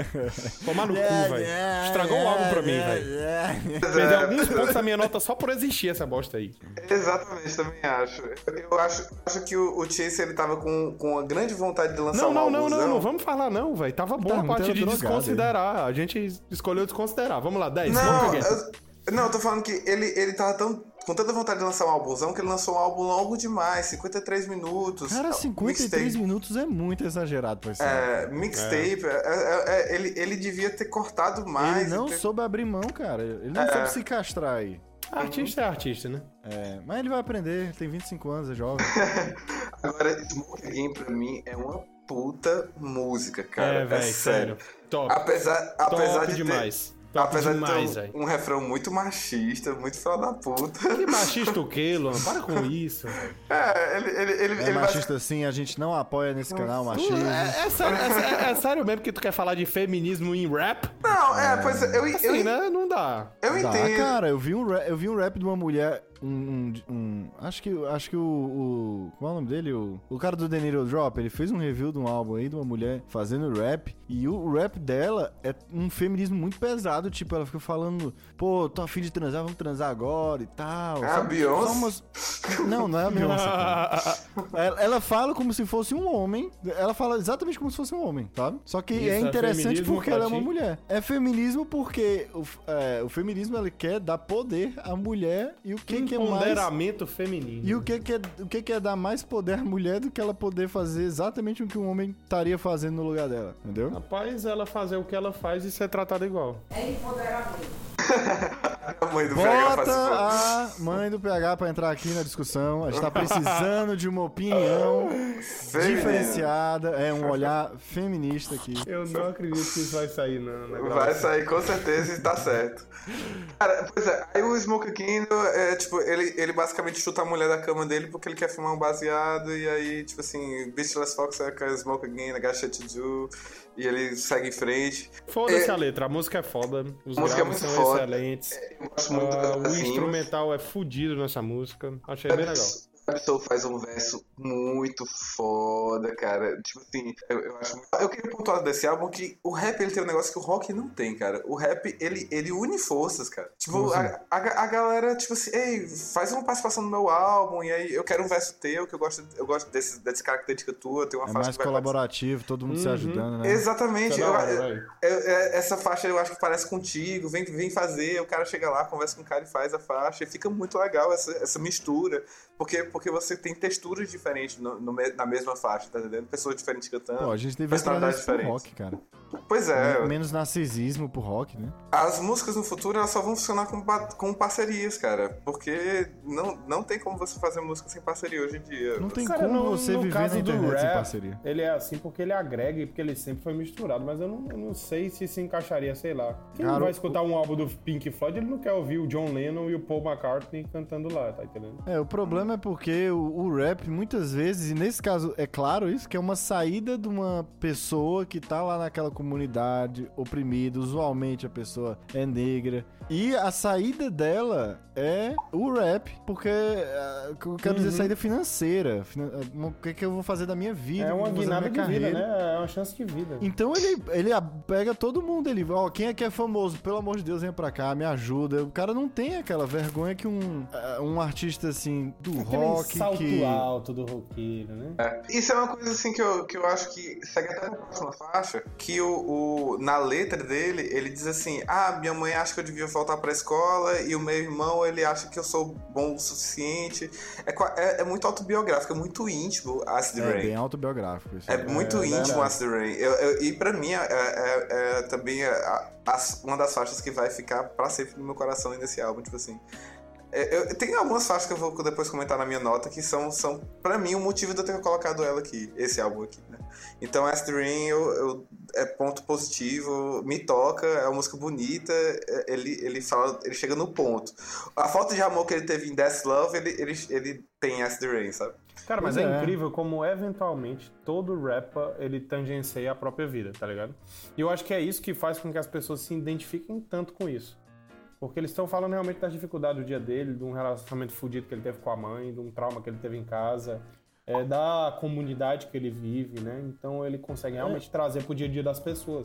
Tomar no cu, velho. Estragou o álbum pra mim, velho. Perdeu alguns pontos da minha nota só por existir essa bosta aí.
exatamente, também acho. Eu acho, acho que o, o Chase ele tava com, com a grande vontade de lançar
Não,
um
não, não,
álbumzão.
não, não vamos falar não, velho. Tava bom
Tá
a
muito
parte de
drogado,
desconsiderar. A gente escolheu desconsiderar. Vamos lá, dez.
Não,
Smoke Again.
eu, não, eu tô falando que ele, ele tava tão com tanta vontade de lançar um álbumzão, que ele lançou um álbum longo demais, cinquenta e três minutos.
Cara, cinquenta e três
mixtape.
minutos é muito exagerado pra esse
É, mixtape, é. É, é, ele, ele devia ter cortado mais.
Ele não
ter...
soube abrir mão, cara. Ele não
É.
soube se castrar aí.
Artista é artista, né?
É, mas ele vai aprender, ele tem vinte e cinco anos, é jovem.
Agora, Smoke Again pra mim é uma puta música, cara.
É,
É,
velho,
sério.
sério. Top.
Apesar, apesar
Top
de
demais.
ter,
Top
apesar
demais,
de ter
velho.
um, um refrão muito machista, muito filho da puta.
Que machista o quê, Luan? Para com isso.
É, ele, ele, ele,
É
ele
machista assim, a gente não apoia nesse canal machismo.
É, é sério, é, é sério mesmo que tu quer falar de feminismo em rap?
vai... Não, é, pois é, eu, eu,
Assim,
eu,
né? Não dá.
eu
Tá,
entendo.
cara, eu vi um rap, eu vi um rap de uma mulher, um, um, um- acho que, acho que o, o, qual é o nome dele? O, o cara do The Needle Drop, ele fez um review de um álbum aí de uma mulher fazendo rap, e o, o rap dela é um feminismo muito pesado, tipo, ela fica falando, pô, tô afim de transar, vamos transar agora e tal.
É a
Sabe?
Beyoncé?
Só umas- Não, não é a Beyoncé, cara. Ela, ela fala como se fosse um homem, ela fala exatamente como se fosse um homem, sabe? Só que
Isso
é
é
interessante
feminismo
porque
pra
ela é uma
ti?
mulher. É feminismo porque o, é, o feminismo ele quer dar poder à mulher e o que, que é mais
Empoderamento feminino.
e o que, que é o que, que é dar mais poder à mulher do que ela poder fazer exatamente o que um homem estaria fazendo no lugar dela, entendeu?
Rapaz, ela fazer o que ela faz e ser tratada igual.
A mãe do P H
Bota
participou.
a mãe do P H pra entrar aqui na discussão. A gente tá precisando de uma opinião
Feminino.
diferenciada, é um olhar feminista aqui.
Eu não acredito que isso vai sair na, na
Vai
gravação.
sair com certeza e tá certo. Cara, pois é, aí o Smoke Again, é, tipo, ele, ele basicamente chuta a mulher da cama dele porque ele quer fumar um baseado e aí, tipo assim, Beachless Fox é com Smoke Again, I got shit to do, e ele segue em frente.
Foda-se
É.
a letra, a música é foda, os
A música é
graves
muito
são
foda.
excelentes.
Eu gosto muito
Ah,
da
o
assim,
instrumental é fudido nessa música. Achei bem legal.
A pessoa faz um verso muito foda, cara. Tipo assim, eu, eu acho muito... Eu queria pontuar desse álbum que o rap ele tem um negócio que o rock não tem, cara. O rap, ele, ele une forças, cara. Tipo, a, a, a galera, tipo assim, ei, faz uma participação no meu álbum, e aí eu quero um verso teu, que eu gosto, eu gosto desse, dessa característica tua, tem uma
É
faixa
mais
que vai
colaborativo, todo mundo se
Uhum.
ajudando, né?
Exatamente.
Tá
Eu-
da hora,
eu-
velho.
eu- eu- essa faixa eu acho que parece contigo, vem, vem fazer, o cara chega lá, conversa com o cara e faz a faixa, e fica muito legal essa, essa mistura, porque, porque você tem texturas diferentes no, no me- na mesma faixa, tá entendendo? Pessoas diferentes cantando,
Pô, a gente deveria trazer
personalidades
isso pro
diferentes.
rock, cara.
Pois é,
Menos narcisismo pro rock, né?
as músicas no futuro elas só vão funcionar com, pa- com parcerias, cara, porque não, não tem como você fazer música sem parceria hoje em dia.
Não tem
Cara,
como
no-
você
no
viver
caso
na
do
internet sem
rap,
parceria.
Ele é assim porque ele agrega e porque ele sempre foi misturado, mas eu não, eu não sei se se encaixaria, sei lá. Quem
Cara,
vai
o-
escutar um álbum do Pink Floyd, ele não quer ouvir o John Lennon e o Paul McCartney cantando lá, tá entendendo?
É, o problema é porque o, o rap, muitas vezes, e nesse caso é claro isso, que é uma saída de uma pessoa que tá lá naquela comunidade oprimida, usualmente a pessoa é negra, e a saída dela é o rap, porque ah, eu quero dizer
Uhum.
saída financeira, finan- o que, que eu vou fazer da minha vida,
É
o que eu
uma
vou fazer da
guinada
minha
de vida,
carreira.
né? É uma chance de vida.
Então ele, ele a- pega todo mundo, ele, ó, quem é que é famoso? Pelo amor de Deus, vem pra cá, me ajuda. O cara não tem aquela vergonha que um, ah, um artista assim do
Aquele
rock
salto
que
alto do roqueiro, né?
Isso é uma coisa assim que eu, que eu acho que segue até na próxima faixa, que o, o- na letra dele, ele diz assim, ah, minha mãe acha que eu devia voltar pra escola e o meu irmão, ele acha que eu sou bom o suficiente. É, qua- é, é muito autobiográfico, é muito íntimo Acid
é
Rain.
bem autobiográfico isso.
É muito
É
íntimo
verdade.
Acid Rain. Eu- eu- e pra mim, é, é- é também a- a- uma das faixas que vai ficar pra sempre no meu coração e nesse álbum, tipo assim. É, eu, tem algumas faixas que eu vou depois comentar na minha nota que são, são pra mim, o motivo de eu ter colocado ela aqui, esse álbum aqui, né? Então, Acid Rain eu, eu- é ponto positivo, me toca, é uma música bonita, é- ele, ele fala, ele chega no ponto. A falta de amor que ele teve em That's Love, ele, ele, ele tem Acid Rain, sabe?
Cara, mas
Pois
é,
é.
incrível como eventualmente todo rapper ele tangencia a própria vida, tá ligado? E eu acho que é isso que faz com que as pessoas se identifiquem tanto com isso. Porque eles estão falando realmente das dificuldades do dia dele, de um relacionamento fodido que ele teve com a mãe, de um trauma que ele teve em casa, é, da comunidade que ele vive, né? Então ele consegue realmente trazer pro dia a dia das pessoas.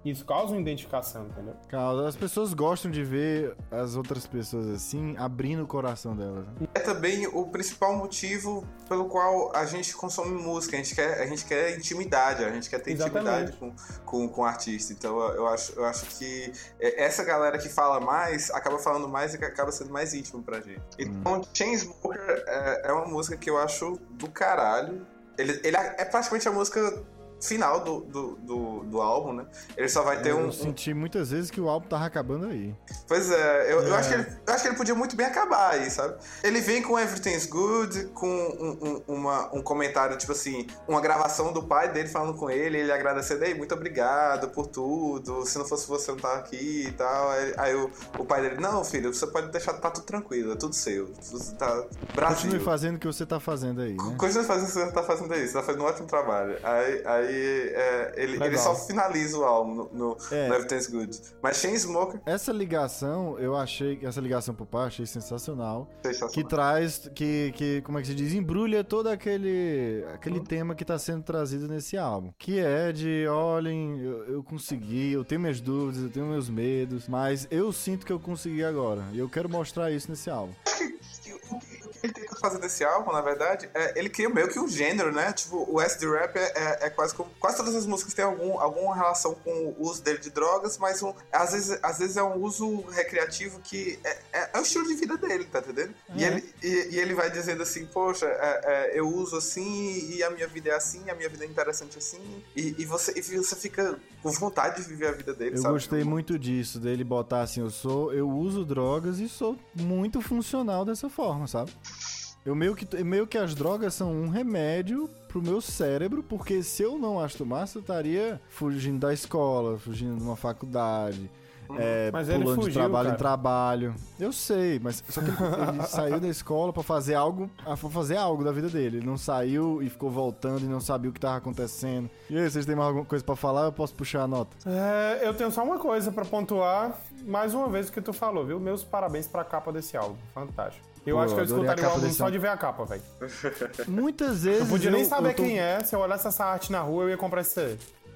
Isso causa uma identificação, entendeu?
Causa. As pessoas gostam de ver as outras pessoas assim, abrindo o coração delas. Né?
É também o principal motivo pelo qual a gente consome música. A gente quer, a gente quer intimidade, a gente quer ter
Exatamente.
intimidade com, com, com o artista. Então eu acho, eu acho que essa galera que fala mais, acaba falando mais e acaba sendo mais íntimo pra gente. Então, hum. Chainsmoker é, é uma música que eu acho do caralho. Ele, ele é praticamente a música final do, do, do, do álbum, né? Ele só vai ter
eu
um...
Eu senti muitas vezes que o álbum tava acabando aí.
Pois é, eu, é. Eu, acho que ele, eu acho que ele podia muito bem acabar aí, sabe? Ele vem com Everything's Good, com um, um, uma, um comentário, tipo assim, uma gravação do pai dele falando com ele, ele agradecendo, ei, muito obrigado por tudo, se não fosse você não tava aqui e tal. Aí, aí o, o pai dele, não, filho, você pode deixar, tá tudo tranquilo, é tudo seu. Você tá... Brasil.
Continue fazendo o que você tá fazendo aí, né?
Continue fazendo o que você tá fazendo aí, você tá fazendo um ótimo trabalho. Aí... aí É, ele, ele só finaliza o álbum no, no, é. no Everything's Good. Mas Chainsmoker...
Essa ligação, eu achei... Essa ligação pro pai, achei sensacional.
sensacional.
Que traz... Que, que, como é que se diz? Embrulha todo aquele... Aquele hum. tema que tá sendo trazido nesse álbum. Que é de, olhem, eu, eu consegui, eu tenho minhas dúvidas, eu tenho meus medos, mas eu sinto que eu consegui agora. E eu quero mostrar isso nesse álbum.
Ele tenta fazer desse álbum, na verdade, é, ele cria meio que um gênero, né? Tipo, o acid rap é, é, é quase como... Quase todas as músicas têm algum, alguma relação com o uso dele de drogas, mas um, às, vezes, às vezes é um uso recreativo que é, é, é o estilo de vida dele, tá entendendo? Uhum. E, ele, e, e ele vai dizendo assim, poxa, é, é, eu uso assim e a minha vida é assim, a minha vida é interessante assim, e, e, você, e você fica com vontade de viver a vida dele,
eu
sabe?
Eu gostei muito disso, dele botar assim, eu sou, eu uso drogas e sou muito funcional dessa forma, sabe? Eu meio que, meio que as drogas são um remédio pro meu cérebro, porque se eu não as tomasse, eu estaria fugindo da escola, fugindo de uma faculdade, uhum. é,
mas
pulando
ele fugiu,
de trabalho
cara.
em trabalho. Eu sei, mas só que ele, ele saiu da escola pra fazer algo, pra fazer algo da vida dele. Ele não saiu e ficou voltando e não sabia o que tava acontecendo. E aí, vocês têm mais alguma coisa pra falar? Eu posso puxar a nota?
É, eu tenho só uma coisa pra pontuar, mais uma vez o que tu falou, viu? Meus parabéns pra capa desse álbum. Fantástico. Eu Pô, acho que eu escutaria o álbum só de ver a capa, velho.
Muitas vezes.
Eu podia nem
eu,
saber
eu tô...
quem é. Se eu olhasse essa arte na rua, eu ia comprar esse C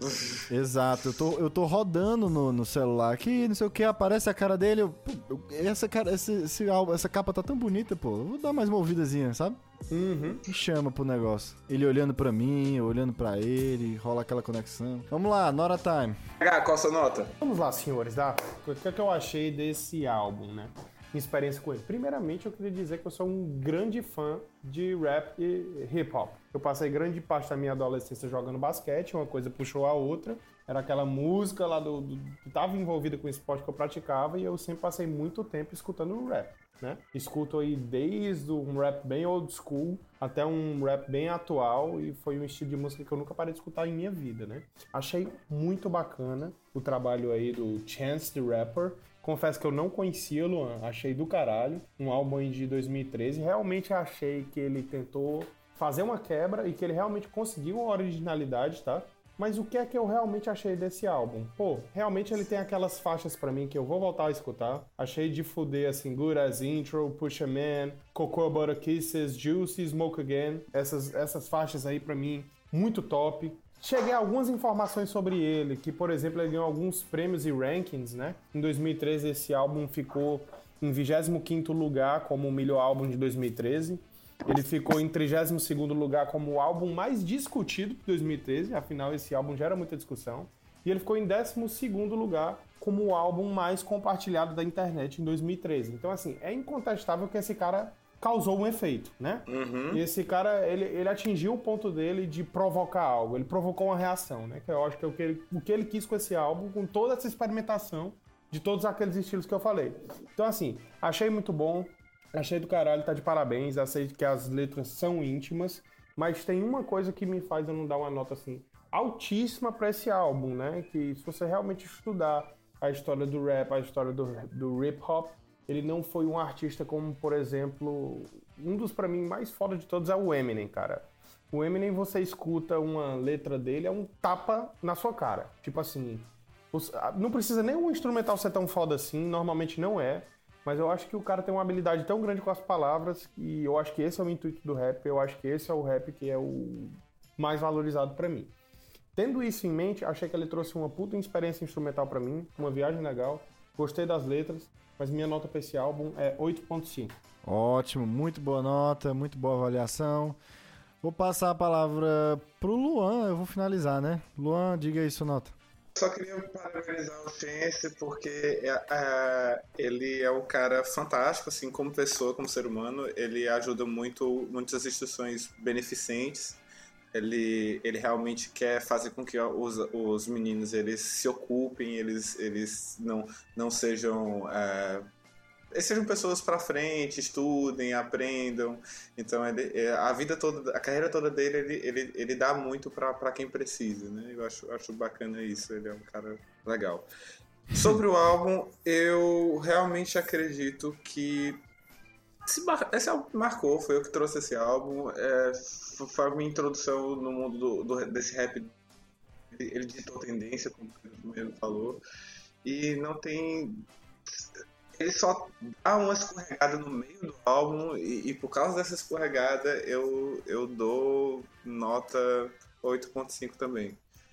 D.
Exato, eu tô, eu tô rodando no, no celular aqui, não sei o que, aparece a cara dele. Eu, eu, essa, cara, esse, esse álbum, essa capa tá tão bonita, pô. Eu vou dar mais uma ouvidazinha, sabe?
Uhum.
Me chama pro negócio. Ele olhando pra mim, eu olhando pra ele, rola aquela conexão. Vamos lá, Nora Time.
Ah, qual a sua nota?
Vamos lá, senhores, tá? O que é que eu achei desse álbum, né? Minha experiência com ele. Primeiramente, eu queria dizer que eu sou um grande fã de rap e hip hop. Eu passei grande parte da minha adolescência jogando basquete, uma coisa puxou a outra. Era aquela música lá do, do que estava envolvida com o esporte que eu praticava, e eu sempre passei muito tempo escutando rap, né? Escuto aí desde um rap bem old school até um rap bem atual, e foi um estilo de música que eu nunca parei de escutar em minha vida, né? Achei muito bacana o trabalho aí do Chance the Rapper. Confesso que eu não conhecia, Luan, achei do caralho, um álbum de dois mil e treze, realmente achei que ele tentou fazer uma quebra e que ele realmente conseguiu uma originalidade, tá? Mas o que é que eu realmente achei desse álbum? Pô, realmente ele tem aquelas faixas pra mim que eu vou voltar a escutar. Achei de fuder, assim, Good As Intro, Push a Man, Cocoa Butter Kisses, Juicy, Smoke Again. Essas, essas faixas aí pra mim, muito top. Cheguei a algumas informações sobre ele, que, por exemplo, ele ganhou alguns prêmios e rankings, né? Em dois mil e treze, esse álbum ficou em vigésimo quinto lugar como o melhor álbum de dois mil e treze. Ele ficou em trigésimo segundo lugar como o álbum mais discutido de dois mil e treze, afinal, esse álbum gera muita discussão. E ele ficou em décimo segundo lugar como o álbum mais compartilhado da internet em dois mil e treze. Então, assim, é incontestável que esse cara causou um efeito, né?
Uhum.
E esse cara, ele, ele atingiu o ponto dele de provocar algo, ele provocou uma reação, né? Que eu acho que é o que ele, o que ele quis com esse álbum, com toda essa experimentação de todos aqueles estilos que eu falei. Então, assim, achei muito bom, achei do caralho, tá de parabéns, achei que as letras são íntimas, mas tem uma coisa que me faz eu não dar uma nota, assim, altíssima pra esse álbum, né? Que se você realmente estudar a história do rap, a história do, do hip hop, ele não foi um artista como, por exemplo, um dos, pra mim, mais foda de todos é o Eminem, cara. O Eminem, você escuta uma letra dele, é um tapa na sua cara. Tipo assim, não precisa nem um instrumental ser tão foda assim, normalmente não é, mas eu acho que o cara tem uma habilidade tão grande com as palavras, e eu acho que esse é o intuito do rap, eu acho que esse é o rap que é o mais valorizado pra mim. Tendo isso em mente, achei que ele trouxe uma puta experiência instrumental pra mim, uma viagem legal, gostei das letras, mas minha nota pra esse álbum é oito ponto cinco.
Ótimo, muito boa nota, muito boa avaliação. Vou passar a palavra pro Luan, eu vou finalizar, né? Luan, diga aí sua nota.
Só queria parabenizar o Chance porque é, é, ele é um cara fantástico, assim, como pessoa, como ser humano. Ele ajuda muito muitas instituições beneficentes. Ele, ele realmente quer fazer com que os, os meninos eles se ocupem, eles, eles não, não sejam... É, eles sejam pessoas pra frente, estudem, aprendam. Então, ele, a vida toda, a carreira toda dele, ele, ele, ele dá muito pra, pra quem precisa, né? Eu acho, acho bacana isso, ele é um cara legal. Sobre o álbum, eu realmente acredito que esse, esse álbum marcou, foi eu que trouxe esse álbum. É, foi a minha introdução no mundo do, do, desse rap. Ele ditou tendência, como o mesmo falou. E não tem... Ele só dá uma escorregada no meio do álbum e, e por causa dessa escorregada eu, eu dou nota oito ponto cinco também.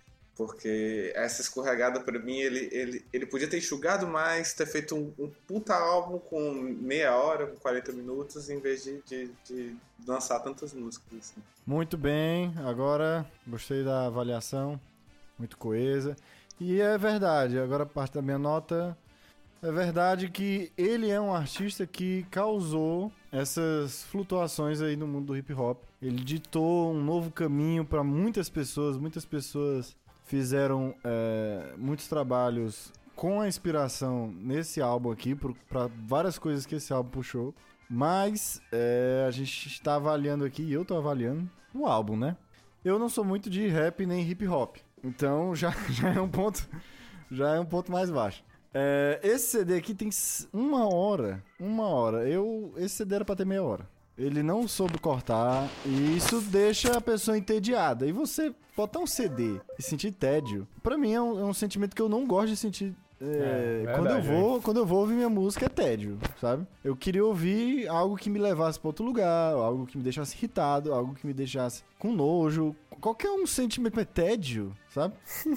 Porque essa escorregada pra mim, ele, ele, ele podia ter enxugado mais, ter feito um, um puta álbum com meia hora, com quarenta minutos, em vez de, de, de lançar tantas músicas assim.
Muito bem, agora gostei da avaliação, muito coesa. E é verdade, agora a parte da minha nota... É verdade que ele é um artista que causou essas flutuações aí no mundo do hip hop. Ele ditou um novo caminho para muitas pessoas. Muitas pessoas fizeram é, muitos trabalhos com a inspiração nesse álbum aqui, para várias coisas que esse álbum puxou. Mas é, a gente está avaliando aqui, e eu tô avaliando, o álbum, né? Eu não sou muito de rap nem hip hop. Então já, já, é, um ponto, já é um ponto mais baixo. É, esse C D aqui tem uma hora, uma hora. Eu, esse C D era pra ter meia hora. Ele não soube cortar e isso deixa a pessoa entediada. E você botar um C D e sentir tédio, pra mim é um, é um sentimento que eu não gosto de sentir. É, é, quando, verdade, eu vou, quando eu vou ouvir minha música é tédio, sabe? Eu queria ouvir algo que me levasse pra outro lugar, algo que me deixasse irritado, algo que me deixasse com nojo. Qualquer um sentimento é tédio, sabe?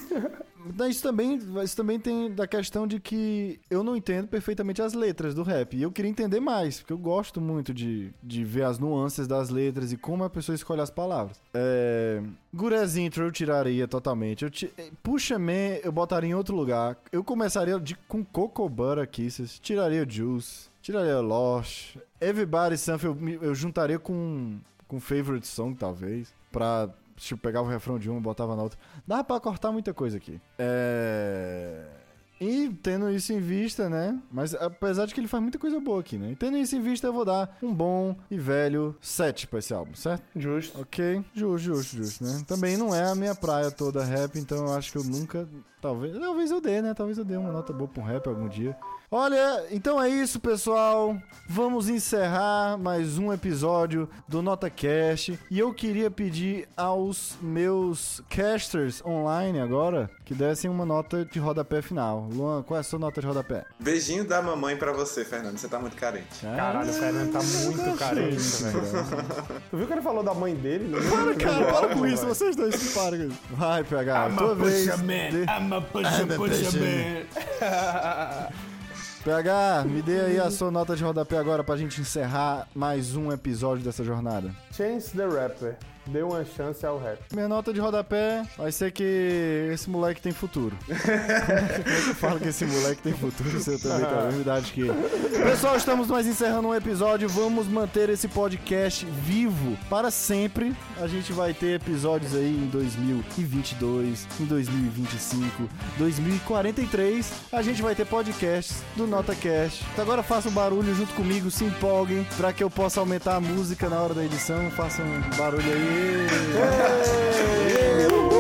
Isso também, isso também tem da questão de que eu não entendo perfeitamente as letras do rap. E eu queria entender mais, porque eu gosto muito de, de ver as nuances das letras e como a pessoa escolhe as palavras. É... Gurez Intro eu tiraria totalmente. Eu ti... Puxa Man eu botaria em outro lugar. Eu começaria de... com Cocoa Butter Kisses. Tiraria o Juice. Tiraria Lost. Everybody Something eu, eu juntaria com, com Favorite Song, talvez. Pra... Tipo, pegava o refrão de uma e botava na outra. Dava pra cortar muita coisa aqui. É... E tendo isso em vista, né? Mas apesar de que ele faz muita coisa boa aqui, né? E tendo isso em vista, eu vou dar um bom e velho sete pra esse álbum, certo?
Justo.
Ok, justo, justo, justo, né? Também não é a minha praia toda rap, então eu acho que eu nunca... Talvez, talvez eu dê, né? Talvez eu dê uma nota boa pra um rap algum dia. Olha, então é isso, pessoal. Vamos encerrar mais um episódio do NotaCast. E eu queria pedir aos meus casters online agora que dessem uma nota de rodapé final. Luan, qual é a sua nota de rodapé?
Beijinho da mamãe pra você, Fernando. Você tá muito carente.
Caralho, o Fernando tá muito carente, velho. Tu viu que ele falou da mãe dele?
Para, cara, para com isso. Vocês dois, para com isso. Vai, P H, tua vez.
I'm a push man, push man.
P H, me dê aí a sua nota de rodapé agora pra gente encerrar mais um episódio dessa jornada.
Chance the Rapper. Dê uma chance ao rap.
Minha nota de rodapé vai ser que esse moleque tem futuro. Eu falo que esse moleque tem futuro, você também tem a mesma idade que ele. Pessoal, estamos mais encerrando um episódio. Vamos manter esse podcast vivo para sempre. A gente vai ter episódios aí em dois mil e vinte e dois, em dois mil e vinte e cinco, dois mil e quarenta e três. A gente vai ter podcasts do NotaCast. Então agora façam barulho junto comigo, se empolguem para que eu possa aumentar a música na hora da edição. Façam um barulho aí. Ei, ei, ei.